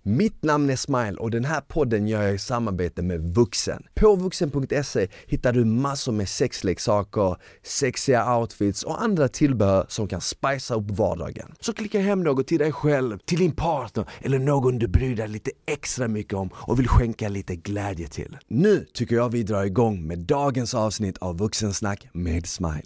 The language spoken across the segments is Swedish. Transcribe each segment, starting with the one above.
Mitt namn är Smile och den här podden gör jag i samarbete med Vuxen. På vuxen.se hittar du massor med sexleksaker, sexiga outfits och andra tillbehör som kan spicea upp vardagen. Så klicka hem något till dig själv, till din partner eller någon du bryr dig lite extra mycket om och vill skänka lite glädje till. Nu tycker jag vi drar igång med dagens avsnitt av Vuxensnack med Smile.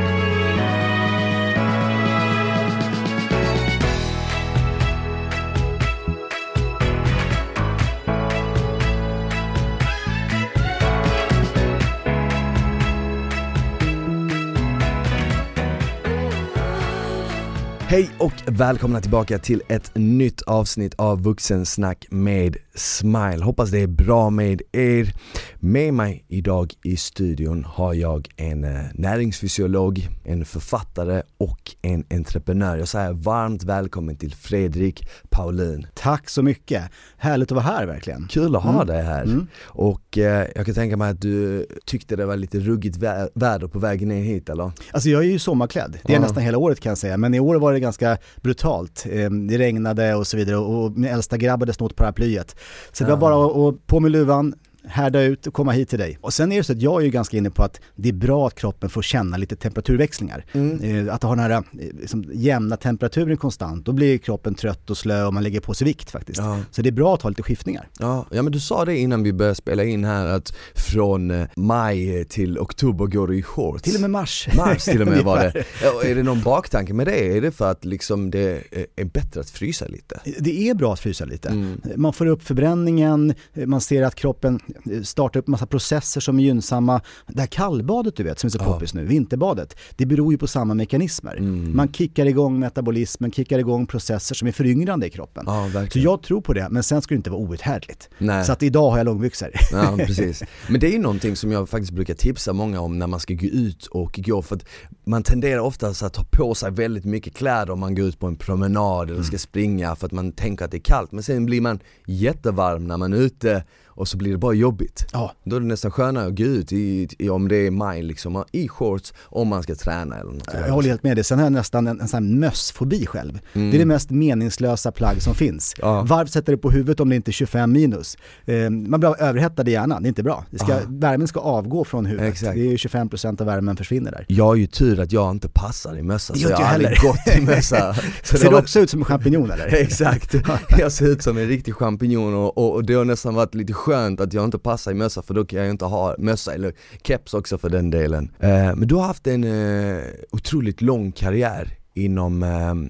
Hej och välkomna tillbaka till ett nytt avsnitt av Vuxensnack med Smile. Hoppas det är bra med er. Med mig idag i studion har jag en näringsfysiolog, en författare och en entreprenör. Jag säger varmt välkommen till Fredrik Paulin. Tack så mycket. Härligt att vara här verkligen. Kul att ha dig här. Och jag kan tänka mig att du tyckte det var lite ruggigt väder på vägen ner hit, eller? Alltså jag är ju sommarklädd. Det är nästan hela året kan jag säga. Men i år var det ganska brutalt. Det regnade och så vidare och min äldsta grabb hade snott paraplyet. Så det var bara att på med luvan, härda ut och komma hit till dig. Och sen är det så att jag är ju ganska inne på att det är bra att kroppen får känna lite temperaturväxlingar. Att ha den här liksom, jämna temperaturen konstant. Då blir kroppen trött och slö och man lägger på sig vikt faktiskt. Ja. Så det är bra att ha lite skiftningar. Ja, men du sa det innan vi började spela in här att från maj till oktober går du i shorts. Till och med mars. Mars till och med var det. Är det någon baktanke med det? Är det för att liksom, det är bättre att frysa lite? Det är bra att frysa lite. Man får upp förbränningen, man ser att kroppen startar upp massa processer som är gynnsamma. Det här kallbadet du vet som är så poppis nu, vinterbadet, det beror ju på samma mekanismer. Man kickar igång metabolismen, kickar igång processer som är föryngrande i kroppen. Så jag tror på det, men sen ska det inte vara outhärdligt. Nej. Så att idag har jag långbyxor. Ja, precis. Men det är ju någonting som jag faktiskt brukar tipsa många om när man ska gå ut och gå, för att man tenderar ofta att ta på sig väldigt mycket kläder om man går ut på en promenad eller ska springa för att man tänker att det är kallt, men sen blir man jättevarm när man är ute och så blir det bara jobbigt. Ja. Då är det nästan skönare att gå ut om det är maj liksom, i shorts om man ska träna eller något. Jag håller helt med dig. Sen har jag nästan en sån här mössfobi själv. Det är det mest meningslösa plagg som finns. Varv sätter det på huvudet om det inte är 25 minus. Man blir överhettad i hjärnan. Det är inte bra. Värmen ska avgå från huvudet. Exakt. Det är 25% av värmen försvinner där. Jag har ju tur att jag inte passar i mössa. Så jag har aldrig gått i mössa. Ser du också ut som en champinjon eller? Exakt. Jag ser ut som en riktig champinjon och det har nästan varit lite skönt att jag inte passar i mössa, för då kan jag inte ha mössa eller keps också för den delen. Men du har haft en otroligt lång karriär inom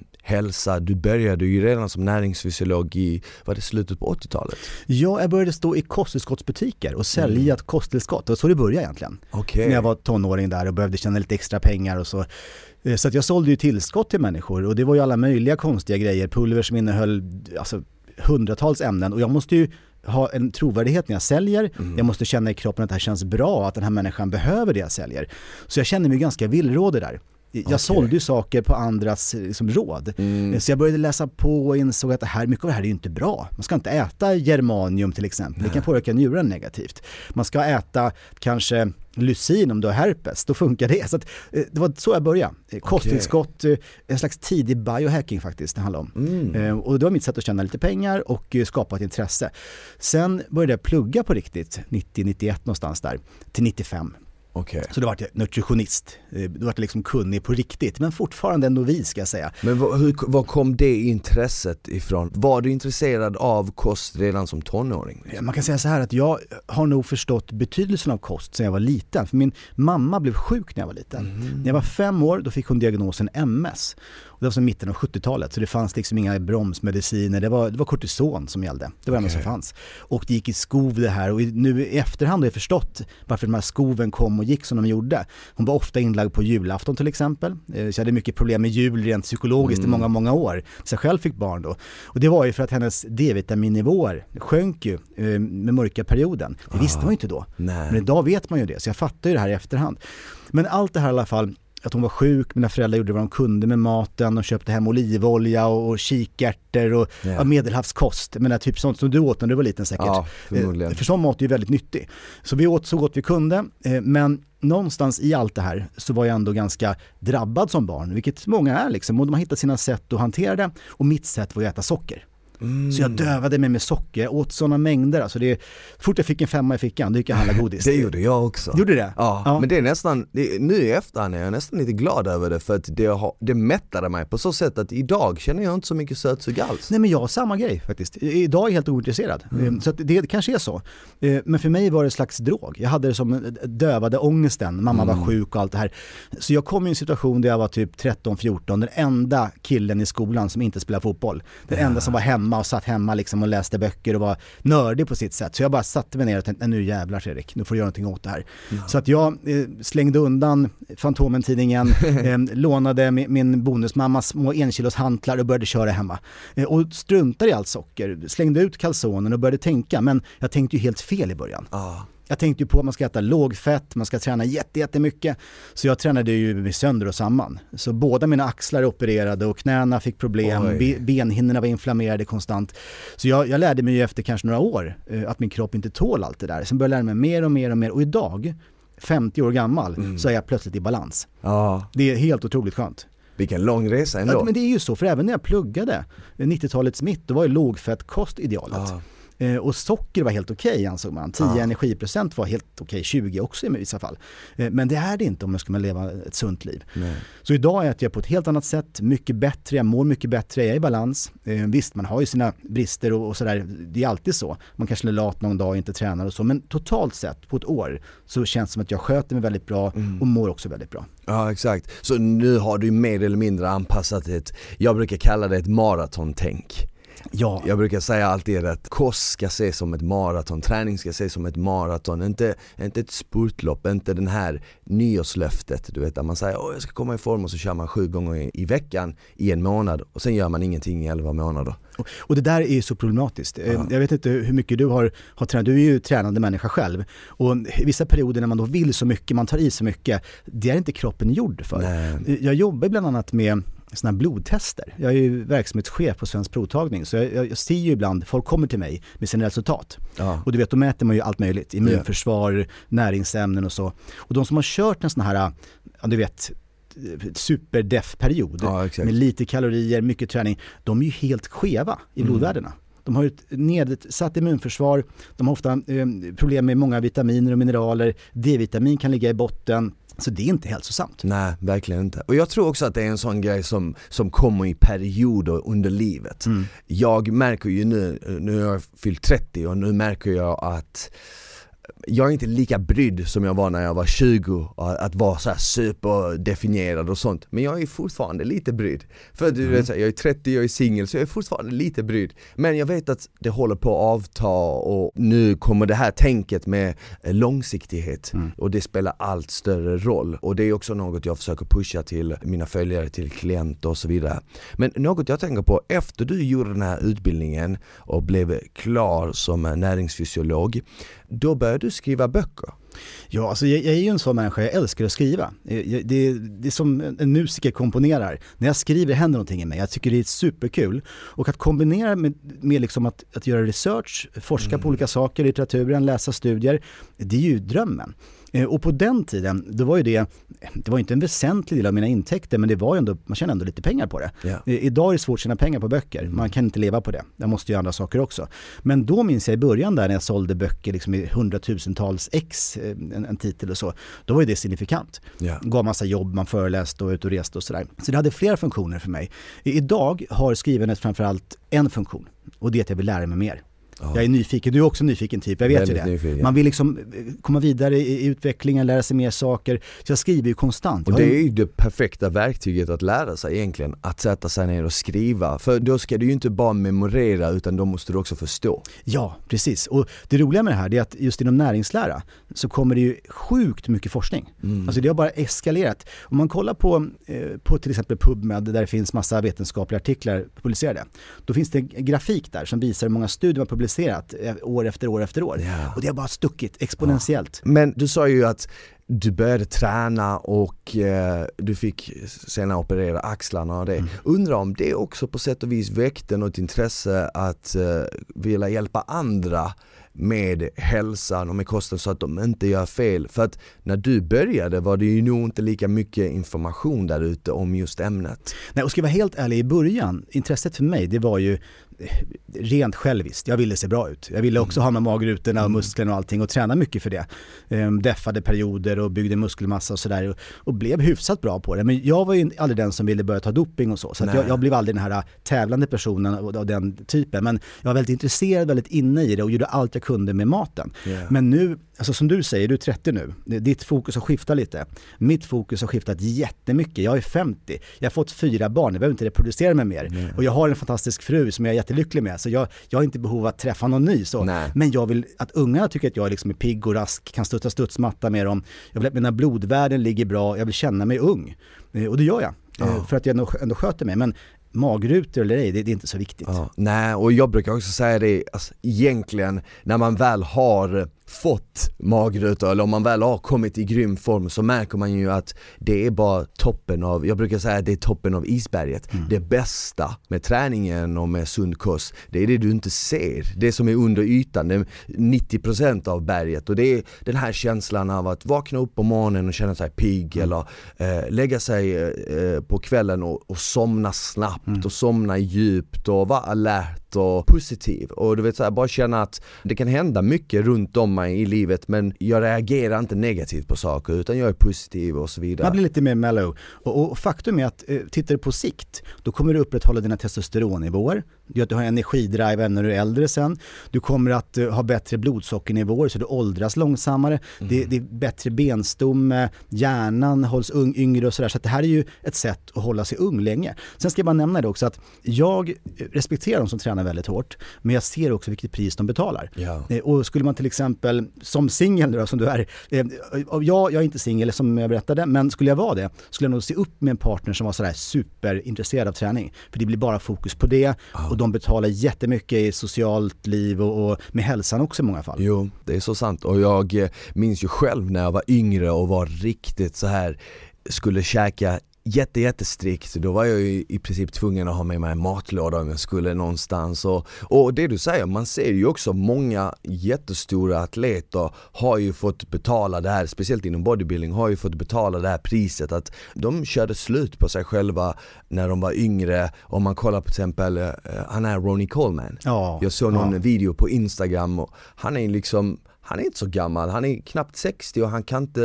hälsa. Du började ju redan som näringsfysiolog i slutet på 80-talet? Ja, jag började stå i kosttillskottsbutiker och sälja ett kosttillskott. Och så det började egentligen. Okay. När jag var tonåring där och behövde tjäna lite extra pengar och så. Så att jag sålde ju tillskott till människor och det var ju alla möjliga konstiga grejer. Pulver som innehöll hundratals ämnen och jag måste ju ha en trovärdighet när jag säljer. Jag måste känna i kroppen att det här känns bra, att den här människan behöver det jag säljer. Så jag känner mig ganska villrådig där. Jag sålde ju saker på andras liksom, råd. Så jag började läsa på och insåg att mycket av det här är ju inte bra. Man ska inte äta germanium till exempel. Det kan påverka njuren negativt. Man ska äta kanske lysin om du har herpes. Då funkar det. Så att, det var så jag började. Kosttillskott, en slags tidig biohacking faktiskt det handlar om. Och det var mitt sätt att tjäna lite pengar och skapa ett intresse. Sen började jag plugga på riktigt 90-91 någonstans där till 95. Okay. Så då var jag nutritionist. Då var jag liksom kunnig på riktigt. Men fortfarande en novis ska jag säga. Men var kom det intresset ifrån? Var du intresserad av kost redan som tonåring? Man kan säga så här att jag har nog förstått betydelsen av kost sedan jag var liten. För min mamma blev sjuk när jag var liten. När jag var 5 år då fick hon diagnosen MS. Och det var som mitten av 70-talet. Så det fanns liksom inga bromsmediciner. Det var kortison som gällde. Det var det enda som fanns. Och det gick i skov det här. Och nu i efterhand har jag förstått varför de här skoven kom och gick som de gjorde. Hon var ofta inlagd på julafton till exempel. Så jag hade mycket problem med jul rent psykologiskt i många, många år. Så jag själv fick barn då. Och det var ju för att hennes D-vitaminnivåer sjönk ju med mörka perioden. Det visste man ju inte då. Men idag vet man ju det. Så jag fattar ju det här i efterhand. Men allt det här i alla fall, att hon var sjuk, mina föräldrar gjorde vad de kunde med maten och köpte hem olivolja och kikärtor och medelhavskost. Men typ sånt som du åt när du var liten säkert. Ja, förmodligen. För sån mat är ju väldigt nyttig. Så vi åt så gott vi kunde, men någonstans i allt det här så var jag ändå ganska drabbad som barn, vilket många är liksom. Och de har hittat sina sätt att hantera det och mitt sätt var att äta socker. Så jag dövade mig med socker, jag åt sådana mängder. Alltså fort jag fick en 5 i fickan, då gick jag handla godis. Det gjorde jag också. Gjorde det? Ja. Men det är nästan, nu i efterhand är jag nästan lite glad över det, för att det mättade mig på så sätt att idag känner jag inte så mycket sötsug alls. Nej, men jag har samma grej faktiskt. Idag är jag helt ointresserad. Så att det kanske är så. Men för mig var det en slags drog. Jag hade det som dövade ångesten. Mamma var sjuk och allt det här. Så jag kom i en situation där jag var typ 13-14, den enda killen i skolan som inte spelade fotboll. Den enda som var hemma och satt hemma liksom och läste böcker och var nördig på sitt sätt. Så jag bara satte mig ner och tänkte, nu jävlar Fredrik, nu får du göra någonting åt det här. Så att jag slängde undan Fantomen-tidningen, lånade min bonusmammas små 1 kilos hantlar och började köra hemma. Och struntade i allt socker, slängde ut kalsonen och började tänka. Men jag tänkte ju helt fel i början. Jag tänkte ju på att man ska äta lågfett, man ska träna jättemycket. Så jag tränade ju med sönder och samman. Så båda mina axlar opererade och knäna fick problem, benhinnorna var inflammerade konstant. Så jag lärde mig ju efter kanske några år att min kropp inte tål allt det där. Sen började jag lära mig mer och mer och mer. Och idag, 50 år gammal, så är jag plötsligt i balans. Det är helt otroligt skönt. Vilken lång resa ändå. Ja, men det är ju så, för även när jag pluggade 90-talets mitt, då var ju lågfettkost idealet. Och socker var helt okej, ansåg man. 10 energiprocent var helt okej, 20 också i vissa fall. Men det är det inte om man ska leva ett sunt liv. Nej. Så idag äter jag på ett helt annat sätt, mycket bättre, jag mår mycket bättre, jag är i balans. Visst, man har ju sina brister och sådär, det är alltid så. Man kanske är lat någon dag och inte tränar och så, men totalt sett på ett år så känns det som att jag sköter mig väldigt bra och mår också väldigt bra. Ja, exakt. Så nu har du mer eller mindre anpassat jag brukar kalla det ett maratontänk. Ja. Jag brukar säga alltid att kost ska ses som ett maraton, träning ska ses som ett maraton, inte ett spurtlopp, inte den här nyårslöftet, du vet, där man säger jag ska komma i form och så kör man 7 gånger i veckan i en månad och sen gör man ingenting i 11 månader. Och det där är ju så problematiskt. Jag vet inte hur mycket du har tränat, du är ju tränande människa själv och i vissa perioder när man då vill så mycket, man tar i så mycket, det är inte kroppen gjord för. Nej. Jag jobbar bland annat med såna blodtester. Jag är ju verksamhetschef på Svensk Provtagning, så jag ser ju ibland, folk kommer till mig med sina resultat. Och du vet, då mäter man ju allt möjligt, immunförsvar, näringsämnen och så. Och de som har kört en sån här, du vet, superdef-period med lite kalorier, mycket träning, de är ju helt skeva i blodvärdena. De har ju ett nedsatt immunförsvar, de har ofta problem med många vitaminer och mineraler, D-vitamin kan ligga i botten. Så det är inte hälsosamt. Nej, verkligen inte. Och jag tror också att det är en sån grej som kommer i perioder under livet. Jag märker ju nu har jag fyllt 30 och nu märker jag att jag är inte lika brydd som jag var när jag var 20 att vara så här superdefinierad och sånt. Men jag är fortfarande lite brydd. För du vet, jag är 30, jag är singel, så jag är fortfarande lite brydd. Men jag vet att det håller på att avta och nu kommer det här tänket med långsiktighet. Och det spelar allt större roll. Och det är också något jag försöker pusha till mina följare, till klienter och så vidare. Men något jag tänker på, efter du gjorde den här utbildningen och blev klar som näringsfysiolog, då började du skriva böcker. Ja, alltså jag är ju en sån människa, jag älskar att skriva. Det är som en musiker komponerar. När jag skriver händer någonting i mig. Jag tycker det är superkul. Och att kombinera med liksom att göra research, forska på olika saker, litteraturen, läsa studier, det är ju drömmen. Och på den tiden, då var ju det var inte en väsentlig del av mina intäkter, men det var ju ändå, man tjänar ändå lite pengar på det. Yeah. Idag är det svårt att tjäna pengar på böcker. Man kan inte leva på det. Jag måste göra andra saker också. Men då minns jag i början där när jag sålde böcker liksom i 100,000-tals ex, en titel och så, då var ju det signifikant. Yeah. Gav massa jobb, man föreläste och ut och reste och sådär. Så det hade flera funktioner för mig. Idag har skrivandet framförallt en funktion, och det är att jag vill lära mig mer. Jag är nyfiken, du är också nyfiken typ, jag vet ju det. Nyfiken. Man vill liksom komma vidare i utvecklingen, lära sig mer saker. Så jag skriver ju konstant. Och det är ju det perfekta verktyget att lära sig egentligen, att sätta sig ner och skriva. För då ska du ju inte bara memorera, utan då måste du också förstå. Ja, precis. Och det roliga med det här är att just inom näringslära så kommer det ju sjukt mycket forskning. Alltså det har bara eskalerat. Om man kollar på till exempel PubMed, där det finns massa vetenskapliga artiklar publicerade, då finns det en grafik där som visar hur många studier man publicerat år efter år efter år. Yeah. Och det har bara stuckit exponentiellt. Ja. Men du sa ju att du började träna och du fick senare operera axlarna och det. Undrar om det också på sätt och vis väckte något intresse att vilja hjälpa andra med hälsan och med kosten så att de inte gör fel. För att när du började var det ju nog inte lika mycket information där ute om just ämnet. Nej, och ska jag vara helt ärlig, i början, intresset för mig, det var ju rent själviskt. Jag ville se bra ut. Jag ville också ha med magrutorna och musklerna och allting och träna mycket för det. Deffade perioder och byggde muskelmassa och sådär och blev hyfsat bra på det. Men jag var ju aldrig den som ville börja ta doping och så. Så att jag blev aldrig den här tävlande personen av den typen. Men jag var väldigt intresserad, väldigt inne i det och gjorde allt jag kunde med maten. Yeah. Men nu, alltså som du säger, du är 30 nu. Ditt fokus har skiftat lite. Mitt fokus har skiftat jättemycket. Jag är 50. Jag har fått 4 barn. Jag behöver inte reproducera mig mer. Och jag har en fantastisk fru som jag är jättelycklig med. Så jag har inte behov av att träffa någon ny. Så. Men jag vill att ungarna tycker att jag liksom är pigg och rask, kan studsa studsmatta med dem. Jag vill att mina blodvärden ligger bra. Jag vill känna mig ung. Och det gör jag. För att jag ändå sköter mig. Men magrutor eller ej, det är inte så viktigt. Nej, och jag brukar också säga det, alltså, egentligen när man väl har fått magrutor eller om man väl har kommit i grym form så märker man ju att det är bara toppen av, jag brukar säga att det är toppen av isberget. Det bästa med träningen och med sund kost, det är det du inte ser. Det som är under ytan, det är 90% av berget och det är den här känslan av att vakna upp på morgonen och känna sig pigg eller lägga sig på kvällen och somna snabbt och somna djupt och vara alert och positiv och du vet så här, bara känna att det kan hända mycket runt om mig i livet men jag reagerar inte negativt på saker utan jag är positiv och så vidare. Man blir lite mer mellow och faktum är att tittar du på sikt då kommer du upprätthålla dina testosteronnivåer, du har energidrive när du är äldre sen, du kommer att ha bättre blodsockernivåer så du åldras långsammare, det är bättre benstomme, hjärnan hålls yngre och sådär så att det här är ju ett sätt att hålla sig ung länge. Sen ska jag bara nämna det också att jag respekterar dem som tränar väldigt hårt men jag ser också vilket pris de betalar. Och skulle man till exempel som singel då, som du är, jag är inte singel som jag berättade men skulle jag vara det skulle jag nog se upp med en partner som var sådär superintresserad av träning för det blir bara fokus på det och de betalar jättemycket i socialt liv och med hälsan också i många fall. Jo, det är så sant och jag minns ju själv när jag var yngre och var riktigt så här skulle käka jättestrikt, då var jag ju i princip tvungen att ha med mig en matlåda om jag skulle någonstans och det du säger, man ser ju också många jättestora atleter har ju fått betala det här, speciellt inom bodybuilding har ju fått betala det här priset att de körde slut på sig själva när de var yngre. Om man kollar på till exempel han är Ronnie Coleman. Jag såg någon video på Instagram och han är inte så gammal, han är knappt 60 och han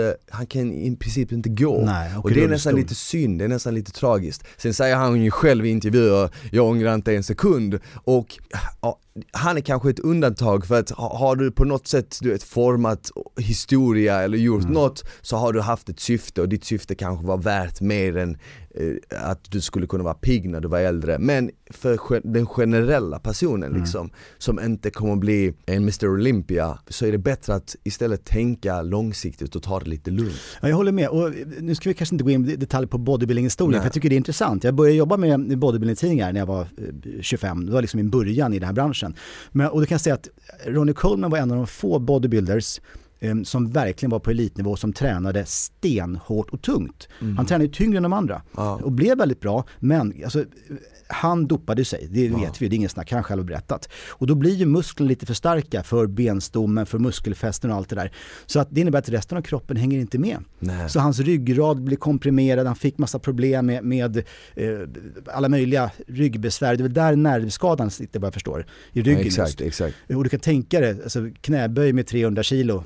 kan i princip inte gå. Nej, och det är nästan lite synd, det är nästan lite tragiskt. Sen säger han ju själv i intervjuer, jag ångrar inte en sekund och han är kanske ett undantag för att har du på något sätt format historia eller gjort något så har du haft ett syfte och ditt syfte kanske var värt mer än att du skulle kunna vara pigg när du var äldre. Men för den generella personen liksom, som inte kommer att bli en Mr. Olympia så är det bättre att istället tänka långsiktigt och ta det lite lugnt. Ja, jag håller med och nu ska vi kanske inte gå in i detalj på bodybuilding-historien för jag tycker det är intressant. Jag började jobba med bodybuilding-tidningar när jag var 25. Det var liksom min början i den här branschen. Och då kan jag säga att Ronnie Coleman var en av de få bodybuilders som verkligen var på elitnivå som tränade stenhårt och tungt. Han tränade ju tyngre än de andra och blev väldigt bra men alltså, han dopade sig, det vet vi, det är ingen snack, han själv har berättat. Och då blir ju musklerna lite för starka för benstommen, för muskelfästen och allt det där. Så att det innebär att resten av kroppen hänger inte med. Nej. Så hans ryggrad blir komprimerad, han fick massa problem med alla möjliga ryggbesvär. Det är väl där nervskadan sitter, vad jag förstår, i ryggen. Ja, exakt. Och du kan tänka dig, alltså, knäböj med 300 kilo,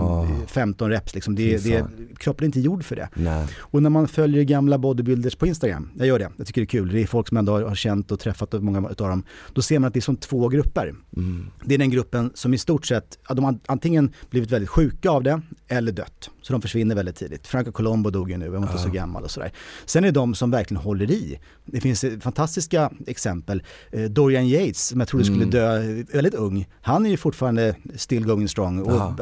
15 reps, liksom. Kroppen är inte gjord för det. Nej. Och när man följer gamla bodybuilders på Instagram, jag gör det, jag tycker det är kul, det är folk som ändå har känt och träffat många av dem, då ser man att det är som 2 grupper. Det är den gruppen som i stort sett, de har antingen blivit väldigt sjuka av det eller dött. Så de försvinner väldigt tidigt. Franco Colombo dog ju nu, jag var inte så gammal och sådär. Sen är det de som verkligen håller i. Det finns fantastiska exempel. Dorian Yates, som jag trodde skulle dö väldigt ung, han är ju fortfarande still going strong och har en massa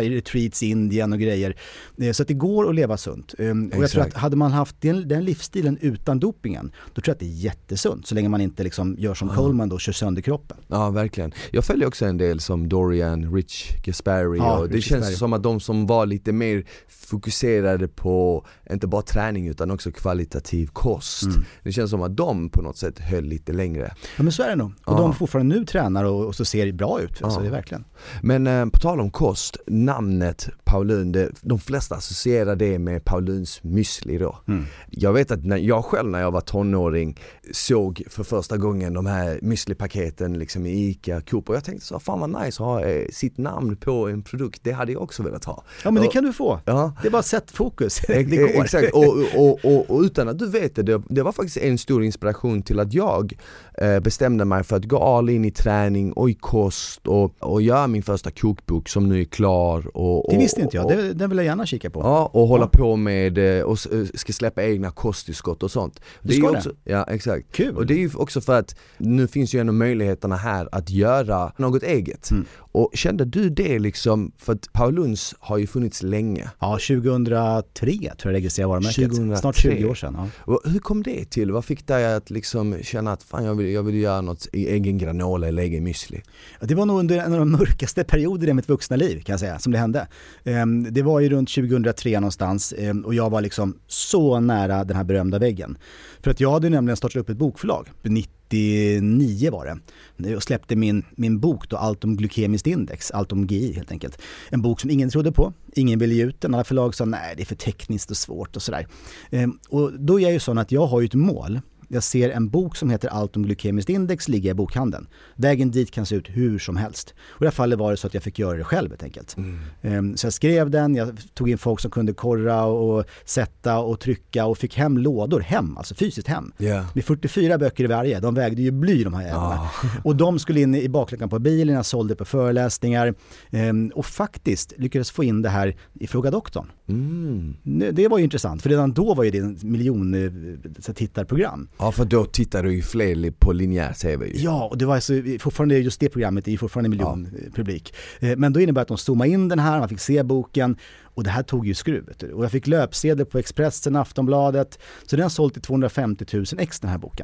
retreats i Indien och grejer. Så att det går att leva sunt. Och jag tror att hade man haft den livsstilen utan dopingen, då tror jag att det är jättesunt, så länge man inte liksom gör som Coleman då och kör sönder kroppen. Ja, verkligen. Jag följer också en del som Dorian, Rich Gaspari, och det känns som att de som var lite mer fokuserade på inte bara träning utan också kvalitativ kost. Det känns som att de på något sätt höll lite längre. Ja, men så är det nog. Och de fortfarande nu tränar och så ser det bra ut. Alltså, det är verkligen. Men på tal om kost, namnet Paulun, de flesta associerar det med Pauluns müsli då. Jag vet att när jag var tonåring såg för första gången de här müsli-paketen liksom i Ica, Coop, och jag tänkte så, fan vad nice att ha sitt namn på en produkt, det hade jag också velat ha. Ja, men det kan du få. Ja. Det är bara sätt fokus. Det går. Exakt, och utan att du vet det var faktiskt en stor inspiration till att jag bestämde mig för att gå all in i träning och i kost och göra min första kokbok som nu är klar. Det visste inte jag, den vill jag gärna kika på. Ja, och hålla på med och ska släppa egna kosttillskott och sånt. Det är också, ja, exakt. Kul. Och det är ju också för att nu finns ju ändå möjligheterna här att göra något eget. Och kände du det liksom, för att Pauluns har ju funnits länge. Ja, 2003 tror jag registrerade varumärket. Snart 20 år sedan. Ja. Hur kom det till? Vad fick dig att liksom känna att fan, jag vill göra något i egen granola eller egen müsli? Ja, det var nog under en av de mörkaste perioder i mitt vuxna liv, kan jag säga, som det hände. Det var ju runt 2003 någonstans, och jag var liksom så nära den här berömda väggen. För att jag hade nämligen startat upp ett bokförlag, 99 var det. Jag släppte min bok då, Allt om glykemiskt index, allt om GI helt enkelt. En bok som ingen trodde på, ingen ville ge ut den. Alla förlag sa nej, det är för tekniskt och svårt och sådär. Och då är jag ju sån att jag har ju ett mål. Jag ser en bok som heter Allt om glykemiskt index ligga i bokhandeln. Vägen dit kan se ut hur som helst. Och i det här fallet var det så att jag fick göra det själv helt enkelt. Så jag skrev den, jag tog in folk som kunde korra och sätta och trycka och fick hem lådor alltså fysiskt hem. Med 44 böcker i varje, de vägde ju bly de här jävlarna. Och de skulle in i bakluckan på bilen, jag sålde på föreläsningar och faktiskt lyckades få in det här i Fråga doktorn. Det var ju intressant, för redan då var ju det en miljontittarprogram. Ja, för då tittar du ju fler på linjär TV. Ja, och det var alltså, fortfarande just det programmet är fortfarande miljonpublik. Men då innebär att de zoomade in den här, man fick se boken, och det här tog ju skruv. Och jag fick löpsedel på Expressen, Aftonbladet, så den har sålt till 250 000 ex den här boken.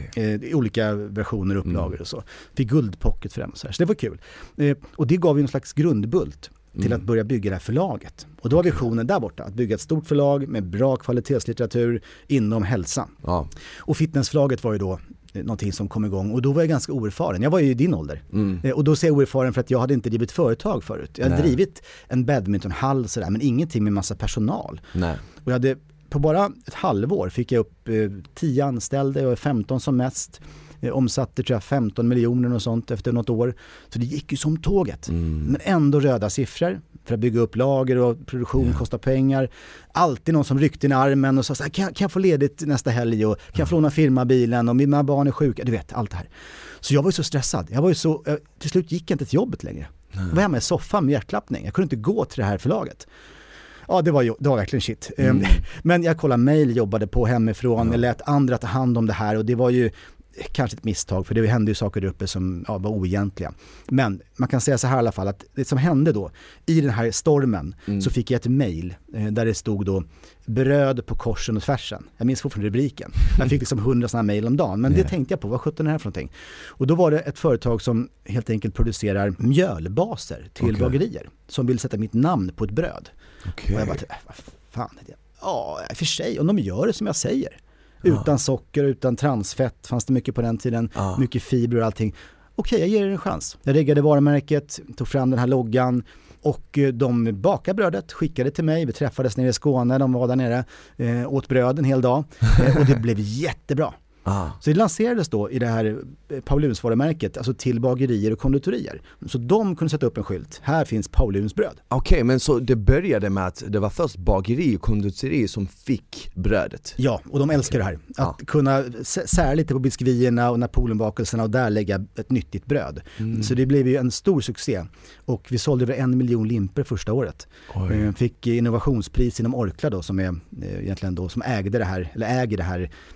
I olika versioner, upplagor och så. Fick guldpocket för den och så här. Så det var kul. Och det gav ju en slags grundbult till att börja bygga det här förlaget. Och då var visionen där borta, att bygga ett stort förlag med bra kvalitetslitteratur inom hälsa. Och fitnessförlaget var ju då någonting som kom igång, och då var jag ganska oerfaren. Jag var ju i din ålder. Och då ser jag oerfaren för att jag hade inte drivit företag förut. Jag hade drivit en badmintonhall sådär, men ingenting med massa personal. Och jag hade, på bara ett halvår fick jag upp 10 anställda, jag var 15 som mest. Omsatte tror jag 15 miljoner och sånt efter något år. Så det gick ju som tåget. Men ändå röda siffror. För att bygga upp lager och produktion kostar pengar. Alltid någon som ryckte in armen och sa så här, kan jag få ledigt nästa helg, och kan jag få låna firmabilen, och mina barn är sjuka. Du vet, allt det här. Så jag var ju så stressad. Till slut gick jag inte till jobbet längre. Jag var hemma i soffan med hjärtklappning. Jag kunde inte gå till det här förlaget. Ja, det var verkligen shit. Men jag kollade mejl, jobbade på hemifrån, lät andra ta hand om det här, och det var ju kanske ett misstag, för det hände ju saker där uppe som var oegentliga. Men man kan säga så här i alla fall, att det som hände då i den här stormen, så fick jag ett mejl där det stod då bröd på korsen och tvärsen. Jag minns fortfarande rubriken. Jag fick liksom 100 sådana mejl om dagen, men det tänkte jag på, vad 17 är det här för någonting? Och då var det ett företag som helt enkelt producerar mjölbaser till bagerier som vill sätta mitt namn på ett bröd. Och jag bara, vad fan är det? Ja, för sig, om de gör det som jag säger. Utan socker, utan transfett, fanns det mycket på den tiden, mycket fibrer och allting. Okej, jag ger er en chans. Jag reggade varumärket, tog fram den här loggan, och de bakade brödet, skickade till mig. Vi träffades nere i Skåne, de var där nere, åt bröd en hel dag, och det blev jättebra. Så det lanserades då i det här Pauluns varumärket, alltså till bagerier och konditorier. Så de kunde sätta upp en skylt. Här finns Pauluns bröd. Okej, men så det började med att det var först bageri och konditorier som fick brödet? Ja, och de älskar det här. Att kunna sära lite på biskvierna och napoleonbakelserna och där lägga ett nyttigt bröd. Så det blev ju en stor succé. Och vi sålde över 1 miljon limper första året. Fick innovationspris inom Orkla då, som är egentligen då som äger det här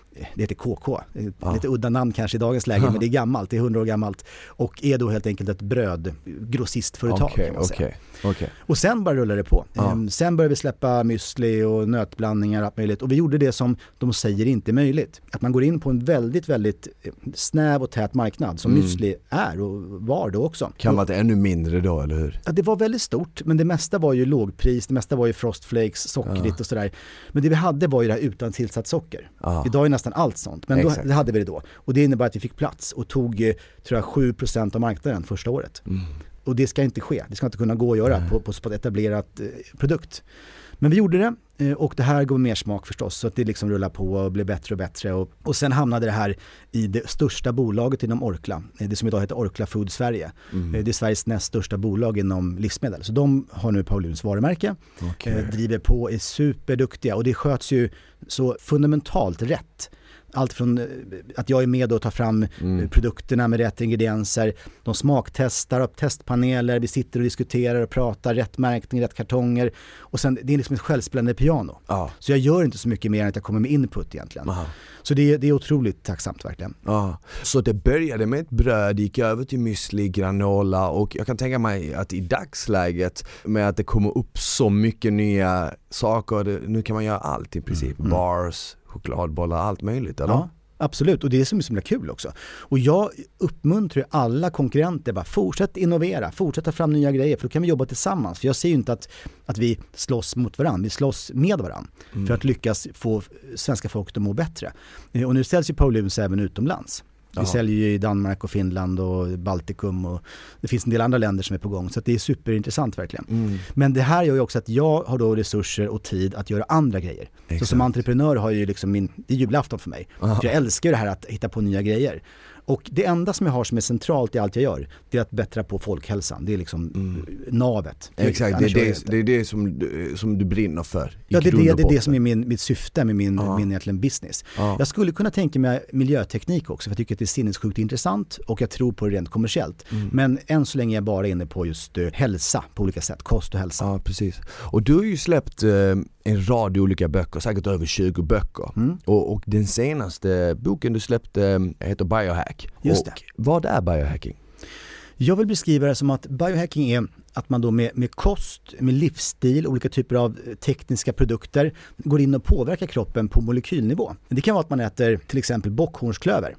det heter KK, lite udda namn kanske i dagens läge, men det är gammalt, det är 100 år gammalt och är då helt enkelt ett brödgrossistföretag kan man säga. Och sen bara rullar det på. Sen började vi släppa müsli och nötblandningar och allt möjligt. Och vi gjorde det som de säger inte är möjligt. Att man går in på en väldigt, väldigt snäv och tät marknad som müsli är och var då också. Kan vara ännu mindre då, eller hur? Ja, det var väldigt stort, men det mesta var ju lågpris, det mesta var ju frostflakes, sockrigt och sådär. Men det vi hade var ju det här utan tillsatt socker. Idag är nästan allt sånt, men då, det hade vi det då. Och det innebär att vi fick plats och tog, tror jag, 7% av marknaden första året. Och det ska inte ske. Det ska inte kunna gå att göra på ett etablerat produkt. Men vi gjorde det och det här går mer smak förstås så att det liksom rullar på och blir bättre och bättre. Och sen hamnade det här i det största bolaget inom Orkla. Det som idag heter Orkla Food Sverige. Det är Sveriges näst största bolag inom livsmedel. Så de har nu Pauluns varumärke, driver på, är superduktiga och det sköts ju så fundamentalt rätt. Allt från att jag är med och tar fram produkterna med rätt ingredienser. De smaktestar, upp testpaneler, vi sitter och diskuterar och pratar, rätt märkning, rätt kartonger. Och sen, det är liksom ett självspelande piano. Så jag gör inte så mycket mer än att jag kommer med input egentligen. Så det är otroligt tacksamt verkligen. Så det började med ett bröd, gick över till müsli, granola och jag kan tänka mig att i dagsläget med att det kommer upp så mycket nya saker, nu kan man göra allt i princip. Bars, chokladbollar, allt möjligt, eller? Ja, absolut. Och det är som är så himla kul också. Och jag uppmuntrar alla konkurrenter bara fortsätt innovera, fortsätt ta fram nya grejer för då kan vi jobba tillsammans. För jag ser ju inte att vi slåss mot varandra, vi slåss med varandra för att lyckas få svenska folket att må bättre. Och nu ställs ju Pauluns även utomlands. Vi säljer ju i Danmark och Finland och Baltikum och det finns en del andra länder som är på gång så att det är superintressant verkligen. Men det här gör ju också att jag har då resurser och tid att göra andra grejer. Så som entreprenör har ju liksom det är julafton för mig. För jag älskar ju det här att hitta på nya grejer. Och det enda som jag har som är centralt i allt jag gör, det är att bättra på folkhälsan. Det är liksom navet. Exakt, det är det som du brinner för. Ja, det är det som är mitt syfte med min egentligen business. Jag skulle kunna tänka mig miljöteknik också, för jag tycker att det är sinnessjukt intressant och jag tror på det rent kommersiellt. Men än så länge är jag bara inne på just hälsa på olika sätt, kost och hälsa. Ja, precis. Och du har ju släppt en rad olika böcker, säkert över 20 böcker. Och den senaste boken du släppte heter Biohack. Just det. Och vad är biohacking? Jag vill beskriva det som att biohacking är att man då med kost, med livsstil, olika typer av tekniska produkter går in och påverkar kroppen på molekylnivå. Det kan vara att man äter till exempel bockhornsklöver.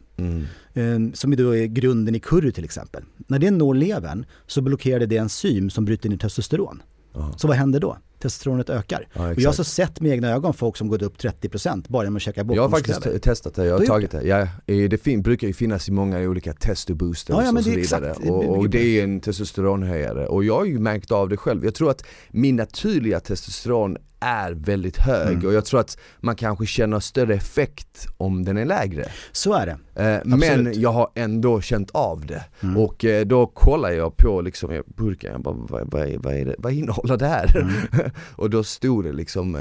Som då är grunden i curry till exempel. När det når levern så blockerar det enzym som bryter ner testosteron. Så vad händer då? Testosteronet ökar. Och jag har så sett med egna ögon folk som gått upp 30% bara genom att käka bockhornsklöver. Jag har faktiskt testat det, jag har tagit det. Ja, det brukar ju finnas i många olika testoboosters och så vidare. Och det är en testosteronhöjare. Och jag har ju märkt av det själv. Jag tror att min naturliga testosteron är väldigt hög och jag tror att man kanske känner större effekt om den är lägre. Så är det. Men jag har ändå känt av det. Och då kollar jag på liksom burken, jag bara, vad innehåller det här? Och då stod det liksom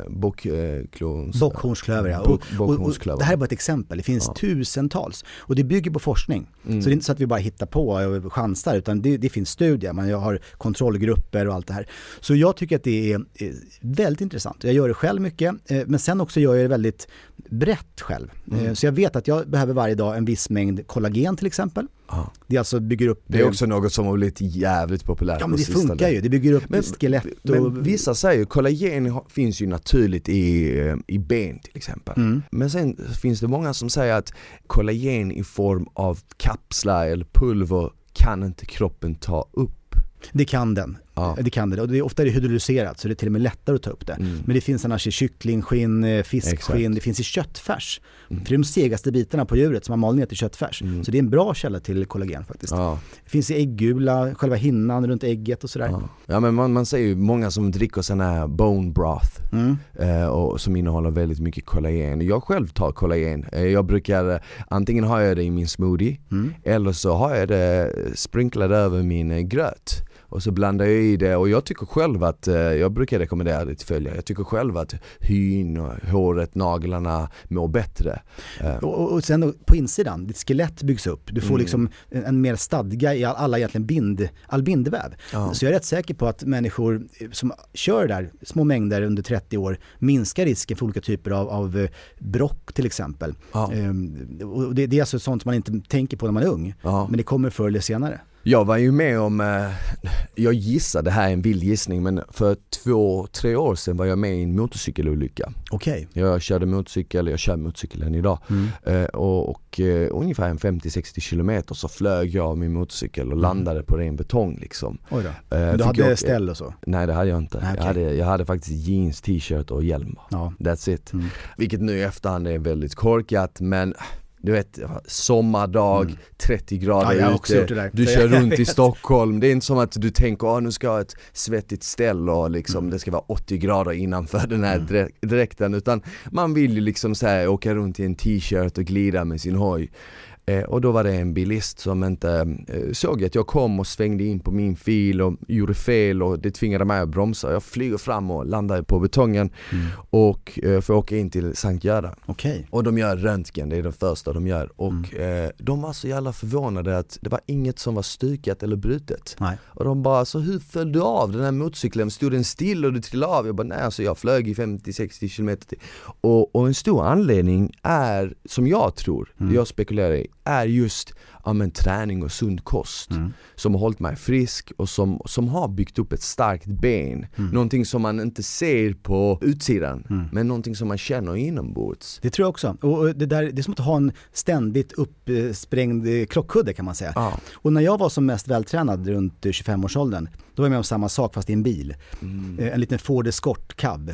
bockhornsklöver. Och det här är bara ett exempel. Det finns tusentals. Och det bygger på forskning. Så det är inte så att vi bara hittar på och chansar, utan det finns studier. Man har kontrollgrupper och allt det här. Så jag tycker att det är väldigt intressant. Jag gör det själv mycket, men sen också gör jag det väldigt brett själv. Så jag vet att jag behöver varje dag en viss mängd kollagen till exempel. Det alltså bygger upp... Det är också något som har blivit jävligt populärt. Ja, men det funkar ju. Det bygger upp skelett. Men vissa säger ju kollagen finns ju naturligt i ben till exempel. Men sen finns det många som säger att kollagen i form av kapslar eller pulver kan inte kroppen ta upp. Det kan den. Det kan det. Och det är ofta hydrolyserat så det är till och med lättare att ta upp det. Men det finns annars i kycklingskinn, fiskskinn, det finns i köttfärs. För det är de segaste bitarna på djuret som man maler ner till köttfärs. Så det är en bra källa till kollagen faktiskt. Det finns i äggula, själva hinnan runt ägget och sådär. Ja, men man ser ju många som dricker sån här bone broth och som innehåller väldigt mycket kollagen. Jag själv tar kollagen. Jag brukar, antingen har jag det i min smoothie eller så har jag det sprinklat över min gröt. och så blandar jag i det, och jag tycker själv att, jag brukar rekommendera det till följare, jag tycker själv att hyn och håret, naglarna mår bättre. Och sen då, på insidan, ditt skelett byggs upp, du får liksom en mer stadga i alla egentligen all bindeväv. Så jag är rätt säker på att människor som kör där små mängder under 30 år minskar risken för olika typer av brock till exempel. Och det är alltså sånt som man inte tänker på när man är ung, men det kommer förr eller senare. Jag var ju med om, jag gissar, det här är en vild gissning, men för 2-3 år sedan var jag med i en motorcykelolycka. Okej. Jag kör motorcykeln idag. Och ungefär 50-60 kilometer så flög jag med min motorcykel och landade på ren betong liksom. Oj då. Men du hade ställ och så? Nej, det hade jag inte. Okay. Jag hade faktiskt jeans, t-shirt och hjälm. That's it. Vilket nu i efterhand är väldigt korkat, men du vet, sommardag, 30 grader ute, du kör runt i Stockholm. Det är inte som att du tänker, nu ska jag ha ett svettigt ställ och liksom, det ska vara 80 grader innanför den här dräkten, utan man vill ju liksom så här, åka runt i en t-shirt och glida med sin hoj. Och då var det en bilist som inte såg att jag kom och svängde in på min fil och gjorde fel, och det tvingade mig att bromsa. Jag flyger fram och landar på betongen och får åka in till Sankt Göran. Och de gör röntgen, det är det första de gör. Och de var så jävla förvånade att det var inget som var stykat eller brutet. Och de bara, så hur föll du av den här motorcykeln? Stod den still och du trillade av? Jag bara, nej, alltså jag flög i 50-60 kilometer till. Och en stor anledning är, som jag tror, jag spekulerar i, är just träning och sund kost som har hållit mig frisk och som har byggt upp ett starkt ben. Någonting som man inte ser på utsidan, men någonting som man känner inombords. Det tror jag också. Och det är som att ha en ständigt uppsprängd krockkudde, kan man säga. Och när jag var som mest vältränad runt 25-årsåldern, då var jag med om samma sak fast i en bil. En liten Ford Escort cab.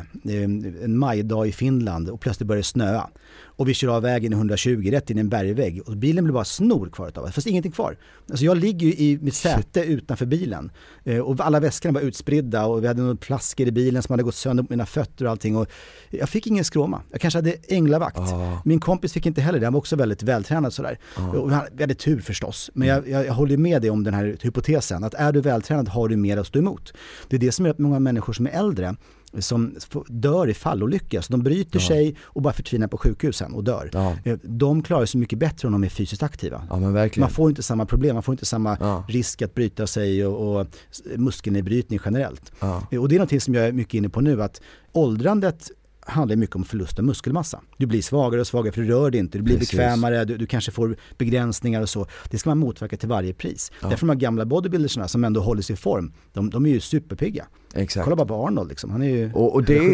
En majdag i Finland, och plötsligt började snöa. Och vi kör av vägen i 120 rätt in i en bergvägg, och bilen blir bara snor kvar av det. Fast ingenting kvar. Alltså jag ligger ju i mitt säte utanför bilen. Och alla väskorna var utspridda, och vi hade några flaskor i bilen som hade gått sönder på mina fötter och allting. Och jag fick ingen skråma. Jag kanske hade änglavakt. Min kompis fick inte heller det. Han var också väldigt vältränad sådär. Och vi hade tur förstås. Men jag håller med dig om den här hypotesen. Att är du vältränad har du mer att stå emot. Det är det som gör att många människor som är äldre som dör i fallolycka, så de bryter sig och bara förtvinar på sjukhusen och dör. De klarar sig mycket bättre om de är fysiskt aktiva. Man får inte samma problem, man får inte samma risk att bryta sig och muskelnedbrytning generellt. Och det är något som jag är mycket inne på nu, att åldrandet handlar mycket om förlust av muskelmassa. Du blir svagare och svagare för du rör dig inte. Du blir bekvämare, du kanske får begränsningar och så. Det ska man motverka till varje pris. Därför de här gamla bodybuildersarna som ändå håller sig i form, de är ju superpigga. Exakt. Kolla bara på Arnold liksom. Han är ju... Och det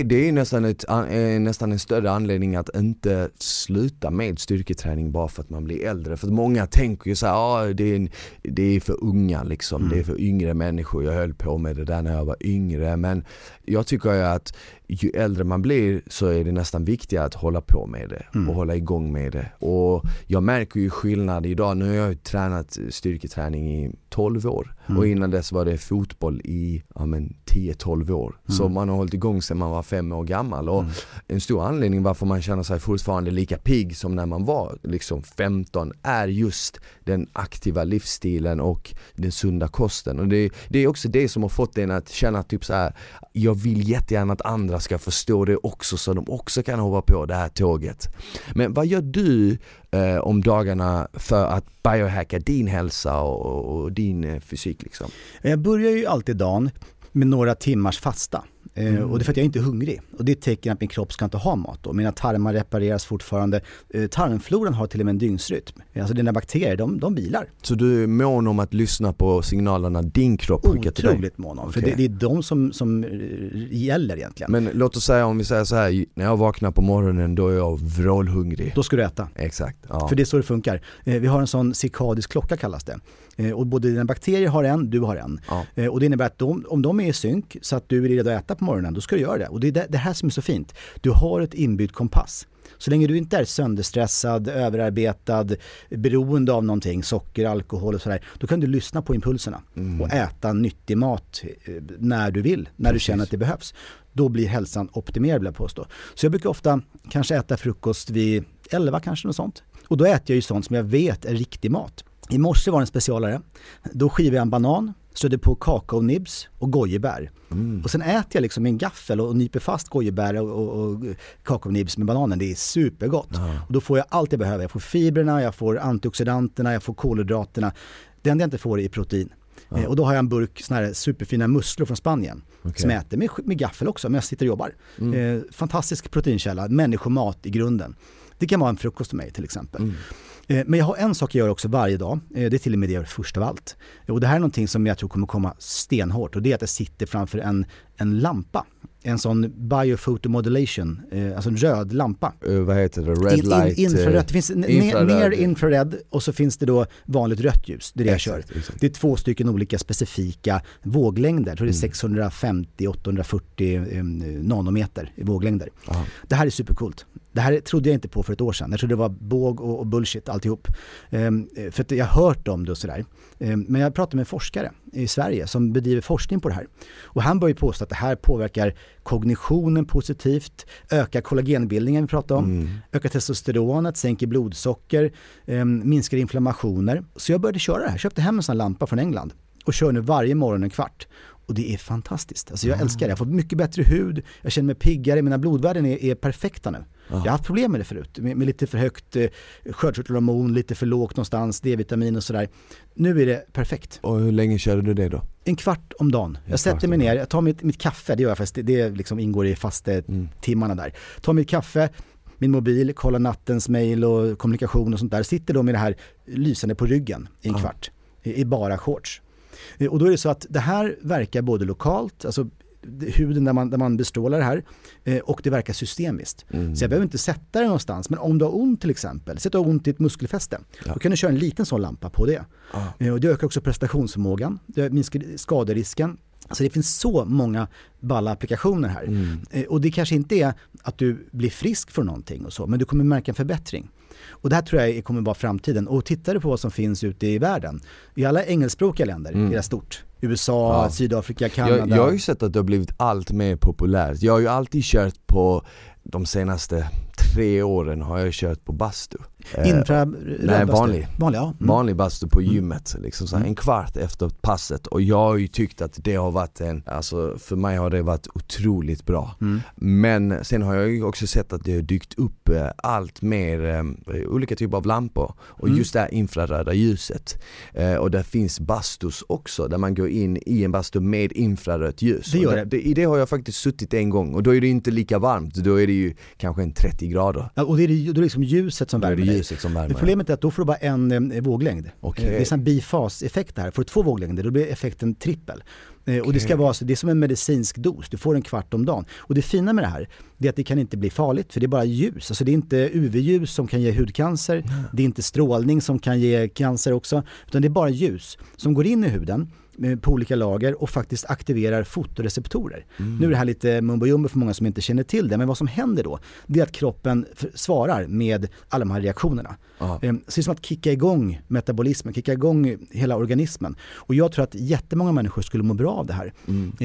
är nästan en större anledning att inte sluta med styrketräning bara för att man blir äldre. För att många tänker ju så här, det är för unga liksom. Det är för yngre människor. Jag höll på med det där när jag var yngre. Men jag tycker ju att ju äldre man blir så är det nästan viktigare att hålla på med det och hålla igång med det. Och jag märker ju skillnad idag. Nu har jag ju tränat styrketräning i 12 år. Och innan dess var det fotboll i 10-12 år. Så man har hållit igång sedan man var 5 år gammal. Och en stor anledning varför man känner sig fortfarande lika pigg som när man var liksom 15 är just den aktiva livsstilen och den sunda kosten. Och det är också det som har fått en att känna typ så här: jag vill jättegärna att andra ska förstå det också, så de också kan hoppa på det här tåget. Men vad gör du om dagarna för att biohacka din hälsa och din fysik liksom? Jag börjar ju alltid dagen med några timmars fasta. Och det är för att jag inte är hungrig. Och det är ett tecken att min kropp ska inte ha mat då. Mina tarmar repareras fortfarande. Tarmfloran har till och med en dygnsrytm. Alltså dina bakterier, de bilar. Så du är mån om att lyssna på signalerna din kropp skickar till dig? Otroligt mån om. Okay. För det är de som gäller egentligen. Men låt oss säga, om vi säger så här, när jag vaknar på morgonen då är jag vrålhungrig. Då ska du äta. Exakt. Ja. För det är så det funkar. Vi har en sån cirkadisk klocka kallas det. Och både dina bakterier har en, du har en. Ja. Och det innebär att om de är i synk så att du är redo att äta på morgonen, då ska du göra det. Och det är det här som är så fint. Du har ett inbyggd kompass. Så länge du inte är sönderstressad, överarbetad, beroende av någonting, socker, alkohol och sådär, då kan du lyssna på impulserna och äta nyttig mat när du vill, när du känner att det behövs. Då blir hälsan optimerad, vill jag påstå. Så jag brukar ofta kanske äta frukost vid 11 kanske, något sånt. Och då äter jag ju sånt som jag vet är riktig mat. I morse var det en specialare. Då skivade jag en banan, strödde på kakaonibs och gojibär. Och sen äter jag liksom med en gaffel och nyper fast gojibär och kakaonibs med bananen. Det är supergott. Och då får jag allt jag behöver. Jag får fibrerna, jag får antioxidanterna, jag får kolhydraterna. Det enda jag inte får är protein. Och då har jag en burk såna här superfina musslor från Spanien som jag äter med gaffel också, men jag sitter och jobbar. Fantastisk proteinkälla, människomat i grunden. Det kan vara en frukost för mig till exempel. Men jag har en sak jag gör också varje dag. Det är till och med det jag gör först av allt. Och det här är någonting som jag tror kommer komma stenhårt. Och det är att jag sitter framför en lampa. En sån biophotomodulation, alltså en röd lampa. Vad heter det? Red light? Infrarött. Det finns ner infrared och så finns det då vanligt rött ljus. Det är det jag kör. Exakt. Det är 2 stycken olika specifika våglängder. Jag tror det är 650-840 nanometer i våglängder. Aha. Det här är supercoolt. Det här trodde jag inte på för ett år sedan. Jag trodde det var båg och bullshit alltihop. För att jag har hört om det och sådär. Men jag pratade med forskare i Sverige som bedriver forskning på det här. Och han börjar påstå att det här påverkar kognitionen positivt, ökar kollagenbildningen vi pratar om, ökar testosteronet, sänker blodsocker, minskar inflammationer. Så jag började köra det här. Köpte hem en sån lampa från England och kör nu varje morgon en kvart. Och det är fantastiskt. Alltså jag älskar det. Jag får mycket bättre hud. Jag känner mig piggare. Mina blodvärden är perfekta nu. Jag har haft problem med det förut. Med lite för högt sköldkörtelhormon, lite för lågt någonstans, D-vitamin och sådär. Nu är det perfekt. Och hur länge körde du det då? En kvart om dagen. Jag sätter mig ner, jag tar mitt kaffe. Det gör jag fast det liksom ingår i fasta timmarna där. Tar mitt kaffe, min mobil, kollar nattens mejl och kommunikation och sånt där. Sitter då med det här lysande på ryggen i en kvart. I bara shorts. Och då är det så att det här verkar både lokalt, alltså huden där man bestrålar det här, och det verkar systemiskt. Så jag behöver inte sätta det någonstans, men om du har ont till exempel, sätta ont i ett muskelfäste, då kan du köra en liten sån lampa på det. Och det ökar också prestationsförmågan, det minskar skaderisken. Alltså det finns så många balla applikationer här. Och det kanske inte är att du blir frisk från någonting och så, men du kommer märka en förbättring. Och det här tror jag kommer vara framtiden. Och tittar du på vad som finns ute i världen, i alla engelskspråkiga länder är det stort. USA, Sydafrika, Kanada. Jag har ju sett att det har blivit allt mer populärt. Jag har ju alltid kört på, de senaste 3 åren har jag kört på bastu. Nej, vanlig bastu på gymmet. Liksom så här, en kvart efter passet. Och jag har ju tyckt att det har varit alltså för mig har det varit otroligt bra. Men sen har jag ju också sett att det har dykt upp allt mer olika typer av lampor. Och just det här infraröda ljuset. Och där finns bastus också, där man går in i en bastu med infrarött ljus. I det har jag faktiskt suttit en gång. Och då är det inte lika varmt. Då är det ju kanske en 30 grader. Ja, och det är liksom ljuset som värmer dig. Problemet är att då får du bara en våglängd. Det är en bifaseffekt här. Får du 2 våglängder, då blir effekten trippel. Och det ska vara så, det är som en medicinsk dos. Du får en kvart om dagen. Och det fina med det här, det är att det kan inte bli farligt, för det är bara ljus. Alltså det är inte UV-ljus som kan ge hudcancer. Det är inte strålning som kan ge cancer också. Utan det är bara ljus som går in i huden på olika lager och faktiskt aktiverar fotoreceptorer. Nu är det här lite mumbo-jumbo för många som inte känner till det, men vad som händer då, det är att kroppen svarar med alla de här reaktionerna. Så det är som att kicka igång metabolismen, kicka igång hela organismen. Och jag tror att jättemånga människor skulle må bra av det här.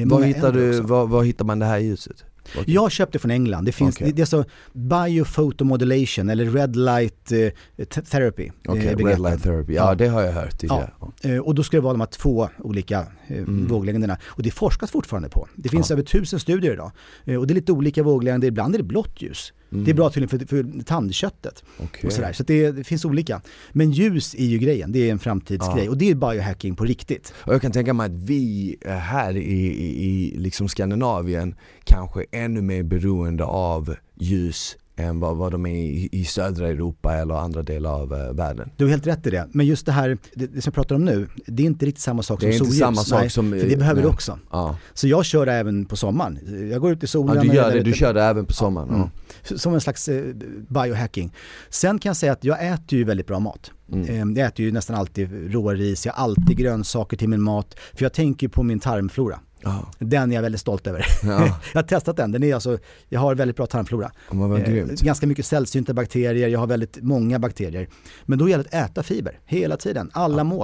Var hittar man det här ljuset? Jag köpte från England. Det finns det är så biophotomodulation eller red light therapy. Red light therapy. Ja, det har jag hört tidigare. Och då ska det vara de här 2 olika våglängderna. Och det forskas fortfarande på. Det finns över 1000 studier idag. Och det är lite olika våglängder. Ibland är det blått ljus. Det är bra tydligen för tandköttet. Och sådär. Så det finns olika. Men ljus är ju grejen. Det är en framtidsgrej. Och det är biohacking på riktigt. Och jag kan tänka mig att vi här i liksom Skandinavien kanske ännu mer beroende av ljus än vad de är i södra Europa eller andra delar av världen. Du har helt rätt i det. Men just det här, det som jag pratar om nu, det är inte riktigt samma sak som solljus. Det är inte samma sak som... För det behöver du också. Så jag kör det även på sommaren. Jag går ut i solen. Du kör det även på sommaren. Som en slags biohacking. Sen kan jag säga att jag äter ju väldigt bra mat. Jag äter ju nästan alltid råris. Jag har alltid grönsaker till min mat. För jag tänker på min tarmflora. Den är jag väldigt stolt över. Jag har testat den. Jag har väldigt bra tarmflora. Ganska mycket sällsynta bakterier. Jag har väldigt många bakterier. Men då gäller det att äta fiber hela tiden. Alla mål.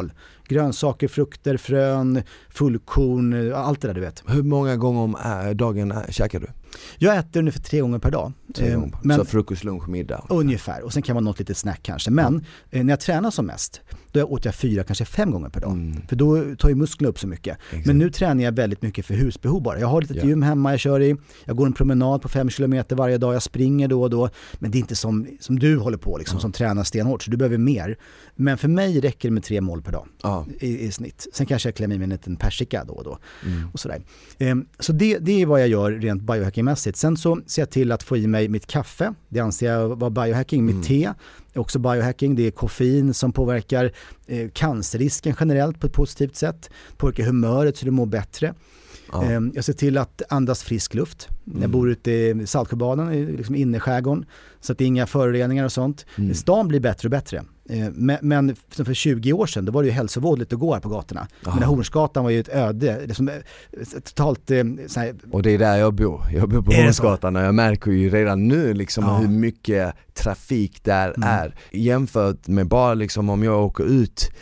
grönsaker, frukter, frön, fullkorn, allt det där du vet. Hur många gånger om dagen käkar du? Jag äter ungefär 3 gånger per dag. 3 gånger. Men, så frukost, lunch, middag? Ungefär. Och sen kan man något lite snack kanske. Men när jag tränar som mest, då åt jag 4, kanske 5 gånger per dag. För då tar ju musklerna upp så mycket. Exakt. Men nu tränar jag väldigt mycket för husbehov bara. Jag har ett gym hemma jag kör i. Jag går en promenad på 5 kilometer varje dag. Jag springer då och då. Men det är inte som du håller på liksom, som tränar stenhårt. Så du behöver mer. Men för mig räcker det med 3 mål per dag i snitt. Sen kanske jag klämmer i mig en liten persika då och då. Och sådär. Så det är vad jag gör rent biohackingmässigt. Sen så ser jag till att få i mig mitt kaffe. Det anser jag vara biohacking. Mitt te är också biohacking. Det är koffein som påverkar cancerrisken generellt på ett positivt sätt. Påverkar humöret så du mår bättre. Jag ser till att andas frisk luft. Jag bor ute i Saltsjöbaden, liksom inne i skärgården, så att det är inga föroreningar och sånt. Stan blir bättre och bättre. Men för 20 år sedan då var det ju hälsovådligt att gå här på gatorna. Men Hornsgatan var ju ett öde. Liksom, totalt, och det är där jag bor. Jag bor på Hornsgatan och jag märker ju redan nu liksom hur mycket trafik där är. Jämfört med bara liksom om jag åker ut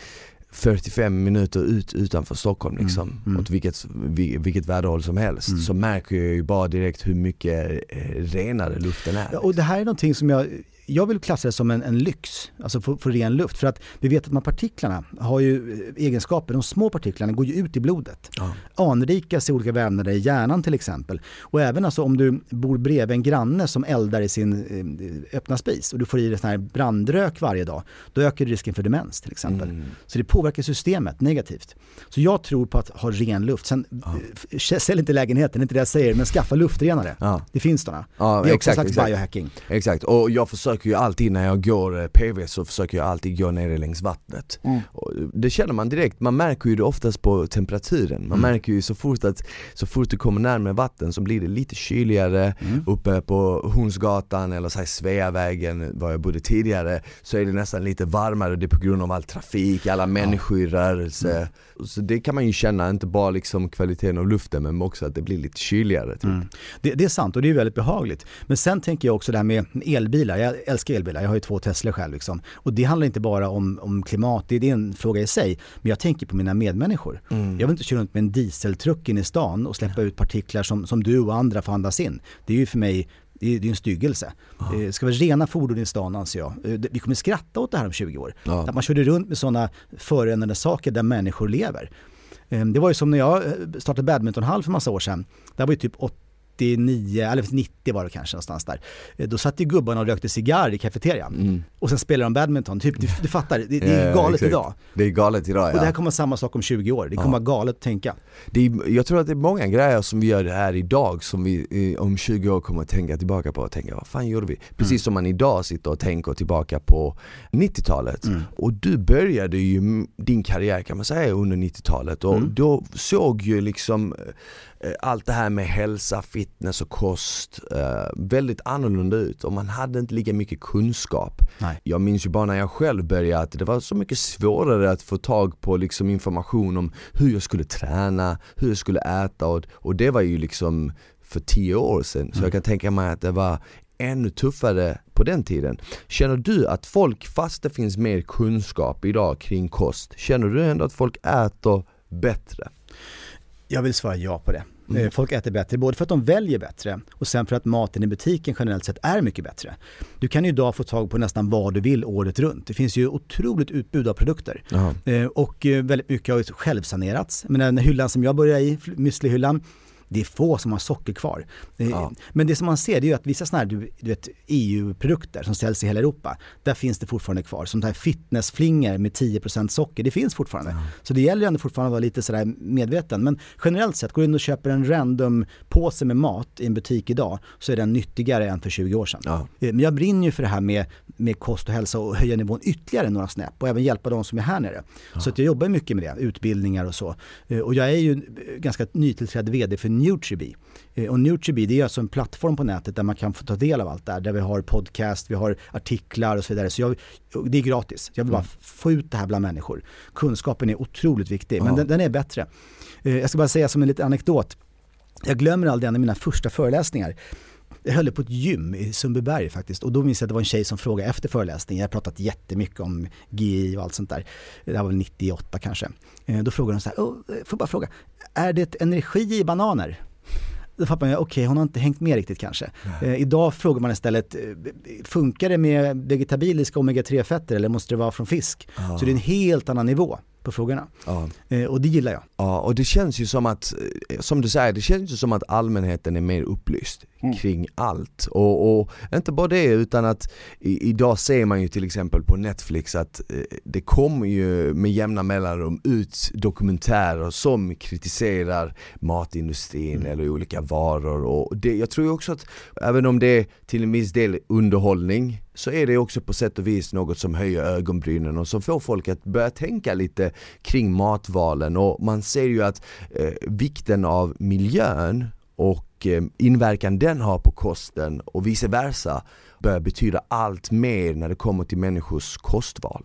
45 minuter utanför Stockholm liksom, åt vilket väderhåll som helst, så märker jag ju bara direkt hur mycket renare luften är. Ja, och det här är någonting som jag vill klassa det som en lyx, alltså för ren luft, för att vi vet att de här partiklarna har ju egenskaper, de små partiklarna går ju ut i blodet. Anrikas i olika vävnader i hjärnan till exempel. Och även alltså om du bor bredvid en granne som eldar i sin öppna spis och du får i dig sån här brandrök varje dag, då ökar risken för demens till exempel. Så det påverkar systemet negativt. Så jag tror på att ha ren luft. Sen sälj inte lägenheten, inte det jag säger, men skaffa luftrenare. Det finns sådana. Det är också en slags biohacking. Exakt, och jag försöker ju alltid när jag går PV så försöker jag alltid gå ner längs vattnet. Och det känner man direkt, man märker ju det oftast på temperaturen. Man märker ju så fort du kommer närmare vatten så blir det lite kyligare. Uppe på Hornsgatan eller så här Sveavägen var jag bodde tidigare, så är det nästan lite varmare. Det är på grund av all trafik, alla människor i rörelse. Så det kan man ju känna, inte bara liksom kvaliteten av luften, men också att det blir lite kyligare typ. Det är sant och det är väldigt behagligt. Men sen tänker jag också det här med elbilar. Jag älskar elbilar, jag har ju 2 Tesla själv liksom. Och det handlar inte bara om klimat, det är en fråga i sig. Men jag tänker på mina medmänniskor. Jag vill inte köra runt med en dieseltruck in i stan och släppa ut partiklar som du och andra får andas in. Det är ju för mig, det är en styggelse. Det ska vara rena fordon i stan, anser jag. Vi kommer skratta åt det här om 20 år. Att man körde runt med sådana förorenade saker där människor lever. Det var ju som när jag startade badmintonhall för massa år sedan. Det var ju typ 89 eller 90 var det kanske någonstans där. Då satt ju gubbarna och rökte cigarr i kafeterian. Och sen spelade de badminton. Typ, du fattar, det är galet idag. Det är galet idag, Och det här kommer samma sak om 20 år. Det kommer vara galet att tänka. Jag tror att det är många grejer som vi gör det här idag som vi om 20 år kommer att tänka tillbaka på och tänka, vad fan gjorde vi? Precis som man idag sitter och tänker tillbaka på 90-talet. Och du började ju din karriär kan man säga under 90-talet och då såg ju liksom allt det här med hälsa, fitness och kost väldigt annorlunda ut och man hade inte lika mycket kunskap. Jag minns ju bara när jag själv började att det var så mycket svårare att få tag på liksom information om hur jag skulle träna, hur jag skulle äta och det var ju liksom för 10 år sedan. Så jag kan tänka mig att det var ännu tuffare på den tiden. Känner du att folk, fast det finns mer kunskap idag kring kost, känner du ändå att folk äter bättre? Jag vill svara ja på det. Folk äter bättre, både för att de väljer bättre och sen för att maten i butiken generellt sett är mycket bättre. Du kan ju idag få tag på nästan vad du vill året runt. Det finns ju otroligt utbud av produkter. Och väldigt mycket har ju självsanerats. Men den hyllan som jag börjar i, müslihyllan, det är få som har socker kvar. Men det som man ser det är ju att vissa sådana här du vet, EU-produkter som säljs i hela Europa, där finns det fortfarande kvar. Som här fitnessflingor med 10% socker, det finns fortfarande. Så det gäller ju ändå fortfarande att vara lite sådär medveten. Men generellt sett, går du in och köper en random påse med mat i en butik idag så är den nyttigare än för 20 år sedan. Men jag brinner ju för det här med kost och hälsa och höja nivån ytterligare några snäpp och även hjälpa de som är här nere. Så att jag jobbar mycket med det, utbildningar och så. Och jag är ju ganska nytillträdd vd för NutriBee. Och NutriBee, det är alltså en plattform på nätet där man kan få ta del av allt där vi har podcast, vi har artiklar och så vidare. Så det är gratis. Jag vill bara få ut det här bland människor. Kunskapen är otroligt viktig, men den är bättre. Jag ska bara säga som en liten anekdot. Jag glömmer aldrig en av mina första föreläsningar. Jag höll på ett gym i Sundbyberg faktiskt, och då minns jag att det var en tjej som frågade efter föreläsningen. Jag har pratat jättemycket om GI och allt sånt där. Det här var väl 98 kanske. Då frågade hon så här, får bara fråga, är det energi i bananer? Då fattar man, okej, hon har inte hängt med riktigt kanske. Idag frågar man istället, funkar det med vegetabiliska omega-3-fetter eller måste det vara från fisk? Så det är en helt annan nivå på frågorna. Och det gillar jag. Ja, och det känns ju som att, som du säger, det känns ju som att allmänheten är mer upplyst kring allt. Och inte bara det, utan att idag ser man ju till exempel på Netflix att det kommer ju med jämna mellanrum ut dokumentärer som kritiserar matindustrin eller olika varor. Och det, jag tror ju också att även om det är till en viss del underhållning, så är det också på sätt och vis något som höjer ögonbrynen och som får folk att börja tänka lite kring matvalen. Och man ser ju att vikten av miljön och inverkan den har på kosten och vice versa börjar betyda allt mer när det kommer till människors kostval.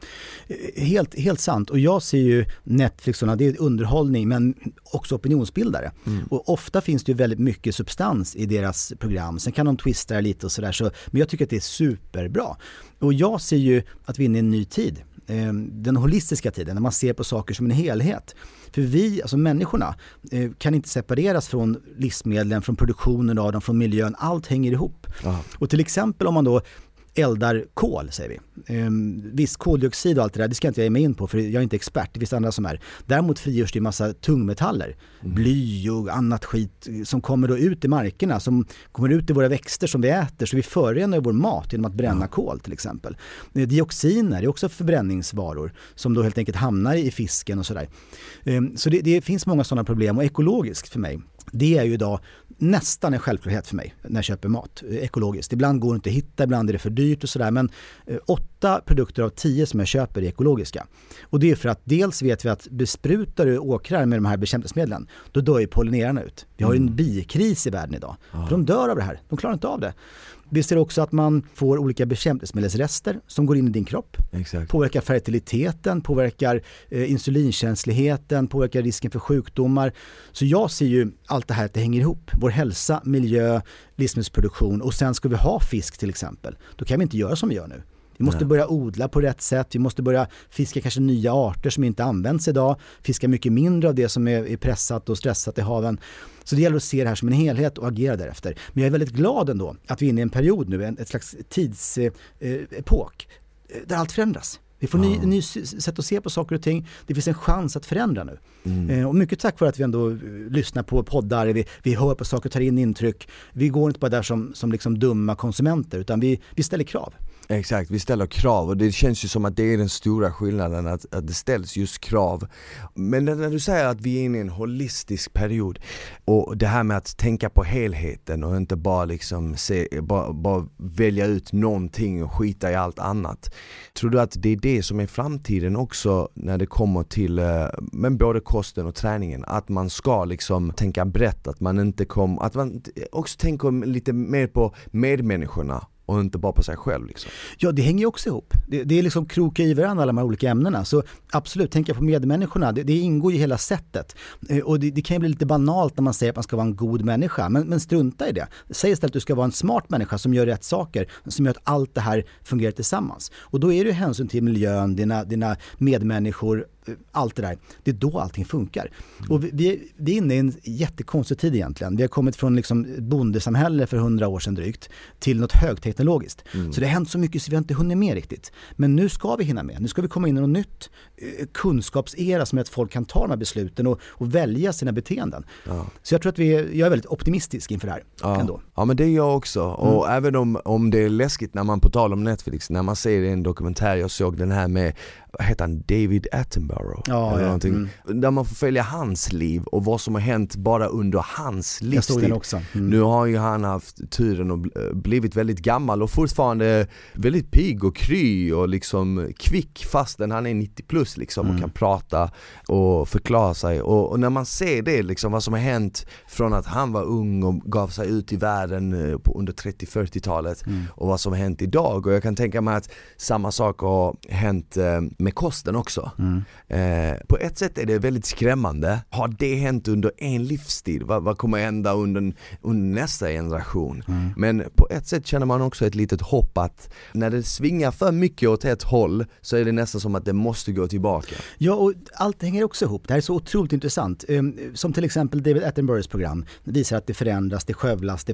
Helt sant. Och jag ser ju Netflix, det är underhållning men också opinionsbildare. Och ofta finns det ju väldigt mycket substans i deras program. Sen kan de twista lite och sådär. Men jag tycker att det är superbra. Och jag ser ju att vi är inne i en ny tid. Den holistiska tiden, när man ser på saker som en helhet. För vi, alltså människorna, kan inte separeras från livsmedlen, från produktionen av dem, från miljön. Allt hänger ihop. Och till exempel om man då eldar kol, säger vi. Visst, koldioxid och allt det där, det ska inte jag ge mig in på för jag är inte expert, det finns andra som är. Däremot frigörs det en massa tungmetaller, bly och annat skit som kommer då ut i markerna, som kommer ut i våra växter som vi äter, så vi förorenar vår mat genom att bränna kol till exempel. Dioxiner är också förbränningsvaror som då helt enkelt hamnar i fisken och sådär. Så det finns många sådana problem, och ekologiskt för mig, det är ju idag nästan en självklarhet för mig när jag köper mat ekologiskt. Ibland går det inte att hitta, ibland är det för dyrt och sådär, men 8 produkter av 10 som jag köper är ekologiska. Och det är för att dels vet vi att besprutar du åkrar med de här bekämpningsmedlen, då dör ju pollinerarna ut. Vi har en bikris i världen idag. För de dör av det här, de klarar inte av det. Vi ser också att man får olika bekämpningsmedelsrester som går in i din kropp. Exakt. Påverkar fertiliteten, påverkar insulinkänsligheten, påverkar risken för sjukdomar. Så jag ser ju allt det här att det hänger ihop. Vår hälsa, miljö, livsmedelsproduktion, och sen ska vi ha fisk till exempel. Då kan vi inte göra som vi gör nu. Vi måste börja odla på rätt sätt. Vi måste börja fiska kanske nya arter som inte används idag. Fiska mycket mindre av det som är pressat och stressat i haven. Så det gäller att se det här som en helhet och agera därefter. Men jag är väldigt glad ändå att vi är inne i en period nu, ett slags tidsepok där allt förändras. Vi får ny sätt att se på saker och ting. Det finns en chans att förändra nu. Och mycket tack för att vi ändå lyssnar på poddar. Vi hör på saker och tar in intryck. Vi går inte bara där som liksom dumma konsumenter, utan vi ställer krav. Exakt, vi ställer krav, och det känns ju som att det är den stora skillnaden, att det ställs just krav. Men när du säger att vi är inne i en holistisk period, och det här med att tänka på helheten och inte bara liksom bara välja ut någonting och skita i allt annat. Tror du att det är det som är framtiden också när det kommer till men både kosten och träningen, att man ska liksom tänka brett, att man också tänker lite mer på medmänniskorna och inte bara på sig själv liksom. Ja, det hänger ju också ihop. Det är liksom kroka i varandra, alla de här olika ämnena. Så absolut, tänka på medmänniskorna. Det ingår ju hela sättet. Och det kan ju bli lite banalt när man säger att man ska vara en god människa. Men strunta i det. Säg istället att du ska vara en smart människa som gör rätt saker, som gör att allt det här fungerar tillsammans. Och då är det hänsyn till miljön, dina medmänniskor, allt det där. Det är då allting funkar. Och vi är inne i en jättekonstig tid egentligen. Vi har kommit från liksom bondesamhälle för 100 år sedan drygt till något högteknologiskt. Så det har hänt så mycket så vi har inte hunnit med riktigt. Men nu ska vi hinna med. Nu ska vi komma in i något nytt kunskapsera som är att folk kan ta de här besluten och välja sina beteenden. Så jag tror att jag är väldigt optimistisk inför det här ändå. Ja, men det är jag också. Och även om det är läskigt när man på tal om Netflix, när man ser en dokumentär, jag såg den här med, vad heter han, David Attenborough eller någonting, där man får följa hans liv och vad som har hänt bara under hans livstid. Jag såg den också. Nu har ju han haft turen och blivit väldigt gammal och fortfarande väldigt pigg och kry och liksom kvick, fastän han är 90 plus liksom och kan prata och förklara sig. Och när man ser det liksom, vad som har hänt från att han var ung och gav sig ut i världen under 30-40-talet och vad som har hänt idag, och jag kan tänka mig att samma sak har hänt med kosten också. På ett sätt är det väldigt skrämmande. Har det hänt under en livstid? Vad kommer hända under nästa generation? Men på ett sätt känner man också ett litet hopp att när det svingar för mycket åt ett håll så är det nästan som att det måste gå tillbaka. Ja, och allt hänger också ihop. Det här är så otroligt intressant. Som till exempel David Attenboroughs program visar att det förändras, det skövlas,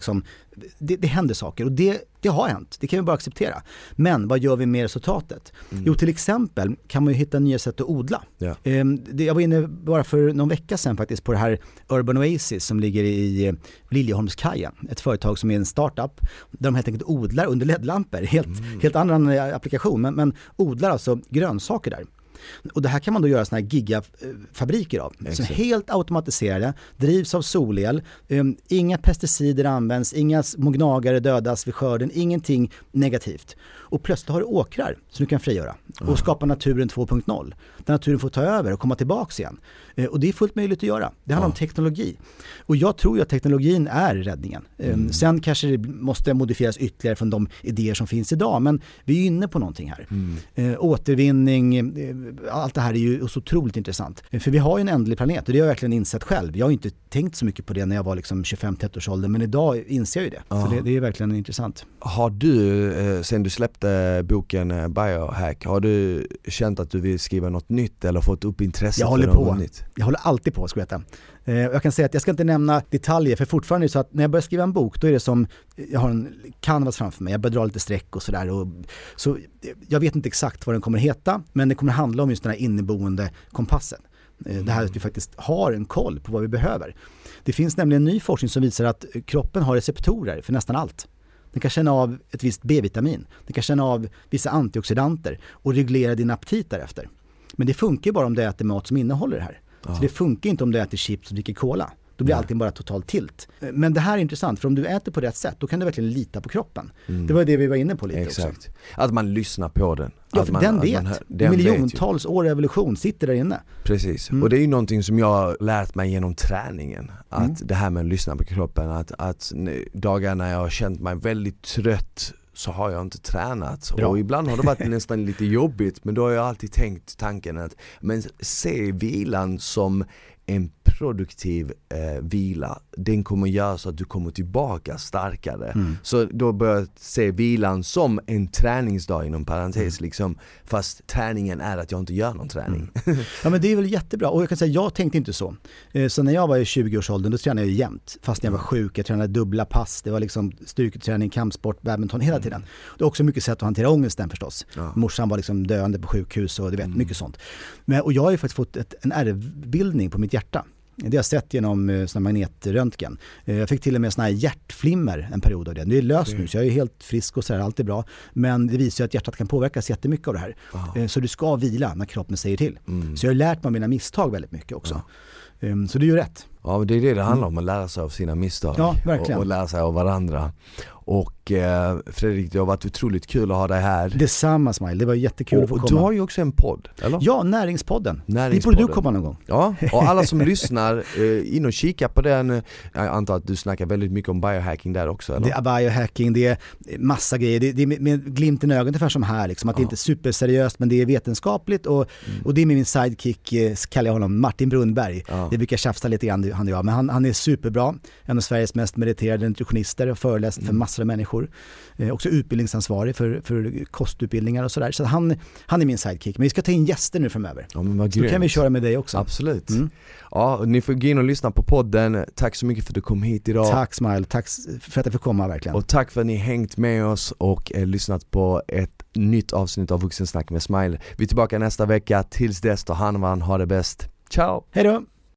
det händer saker. Och det har hänt. Det kan vi bara acceptera. Men vad gör vi med resultatet? Jo, till exempel kan man ju hitta nya sätt att odla. Ja. Jag var inne bara för någon vecka sedan faktiskt på det här Urban Oasis som ligger i Liljeholmskajen. Ett företag som är en startup där de helt enkelt odlar under LED-lampor. Helt annan applikation, men odlar alltså grönsaker där. Och det här kan man då göra såna här gigafabriker av. Så helt automatiserade, drivs av solel, inga pesticider används, inga små gnagare dödas vid skörden, ingenting negativt. Och plötsligt har du åkrar som du kan frigöra och skapa naturen 2.0. Där naturen får ta över och komma tillbaka igen. Och det är fullt möjligt att göra. Det handlar om teknologi. Och jag tror ju att teknologin är räddningen. Sen kanske det måste modifieras ytterligare från de idéer som finns idag. Men vi är inne på någonting här. Återvinning, allt det här är ju så otroligt intressant. För vi har ju en ändlig planet och det har jag verkligen insett själv. Jag har inte tänkt så mycket på det när jag var liksom 25-30 års ålder. Men idag inser jag ju det. Så det är verkligen intressant. Har du, sen du släppte boken Biohack, har du känt att du vill skriva något nytt eller fått upp intresse för något nytt? Jag håller alltid på, ska jag veta. Jag kan säga att jag ska inte nämna detaljer, för fortfarande är det så att när jag börjar skriva en bok, då är det som, jag har en canvas framför mig, jag börjar dra lite streck och sådär. Så jag vet inte exakt vad den kommer heta, men det kommer handla om just den här inneboende kompassen. Det här att vi faktiskt har en koll på vad vi behöver. Det finns nämligen ny forskning som visar att kroppen har receptorer för nästan allt. Den kan känna av ett visst B-vitamin, den kan känna av vissa antioxidanter och reglera din aptit därefter. Men det funkar bara om du äter mat som innehåller det här. Så det funkar inte om du äter chips och dricker cola. Då blir allting bara totalt tilt. Men det här är intressant, för om du äter på rätt sätt, då kan du verkligen lita på kroppen. Det var det vi var inne på lite också. Att man lyssnar på den. Ja, för den vet. Miljontals år evolution sitter där inne. Precis. Och det är ju någonting som jag har lärt mig genom träningen. Att det här med att lyssna på kroppen. Att dagar när jag har känt mig väldigt trött så har jag inte tränat. Bra. Och ibland har det varit nästan lite jobbigt, men då har jag alltid tänkt tanken att se vilan som en produktiv vila. Den kommer göra så att du kommer tillbaka starkare. Så då börjar jag se vilan som en träningsdag inom parentes liksom, fast träningen är att jag inte gör någon träning. Ja, men det är väl jättebra. Och jag kan säga, jag tänkte inte så. Så när jag var i 20-årsåldern, då tränade jag jämt. Fast när jag var sjuk, jag tränade dubbla pass. Det var liksom styrketräning, kampsport, badminton hela tiden. Det är också mycket sätt att hantera ångesten förstås. Morsan var liksom döende på sjukhus och du vet, mycket sånt. Och jag har ju faktiskt fått en ärvbildning på mitt hjärta. Det har jag sett genom såna magnetröntgen. Jag fick till och med såna här hjärtflimmer en period av det. Det är löst nu, så jag är helt frisk och så här, allt är bra. Men det visar ju att hjärtat kan påverkas jättemycket av det här. Så du ska vila när kroppen säger till. Så jag har lärt mig av mina misstag väldigt mycket också. Så det är ju rätt. Ja, men det är det handlar om, att lära sig av sina misstag. Ja, verkligen. Och lära sig av varandra. Och Fredrik, det har varit otroligt kul att ha dig här. Detsamma, Smile, det var jättekul att få komma. Och du har ju också en podd, eller? Ja, Näringspodden. Det borde du komma någon gång. Ja, och alla som lyssnar, in och kika på den. Jag antar att du snackar väldigt mycket om biohacking där också, eller? Det är biohacking, det är massa grejer. Det är med glimten i ögonen, ungefär som här. Liksom, att det inte är superseriöst, men det är vetenskapligt. Och det är med min sidekick, kallar jag honom, Martin Brunnberg. Det brukar tjafsa lite grann, han och jag. Men han är superbra. En av Sveriges mest meriterade nutritionister och föreläst för massor av människor. Också utbildningsansvarig för kostutbildningar och sådär. Så han är min sidekick. Men vi ska ta in gäster nu framöver. Ja, men vad så kan vi köra med dig också. Absolut. Ja, ni får gå in och lyssna på podden. Tack så mycket för att du kom hit idag. Tack Smile. Tack för att jag fick komma verkligen. Och tack för att ni hängt med oss och lyssnat på ett nytt avsnitt av Vuxensnack med Smile. Vi är tillbaka nästa vecka. Tills dess, ta hand om varandra. Ha det bäst. Ciao! Hej då!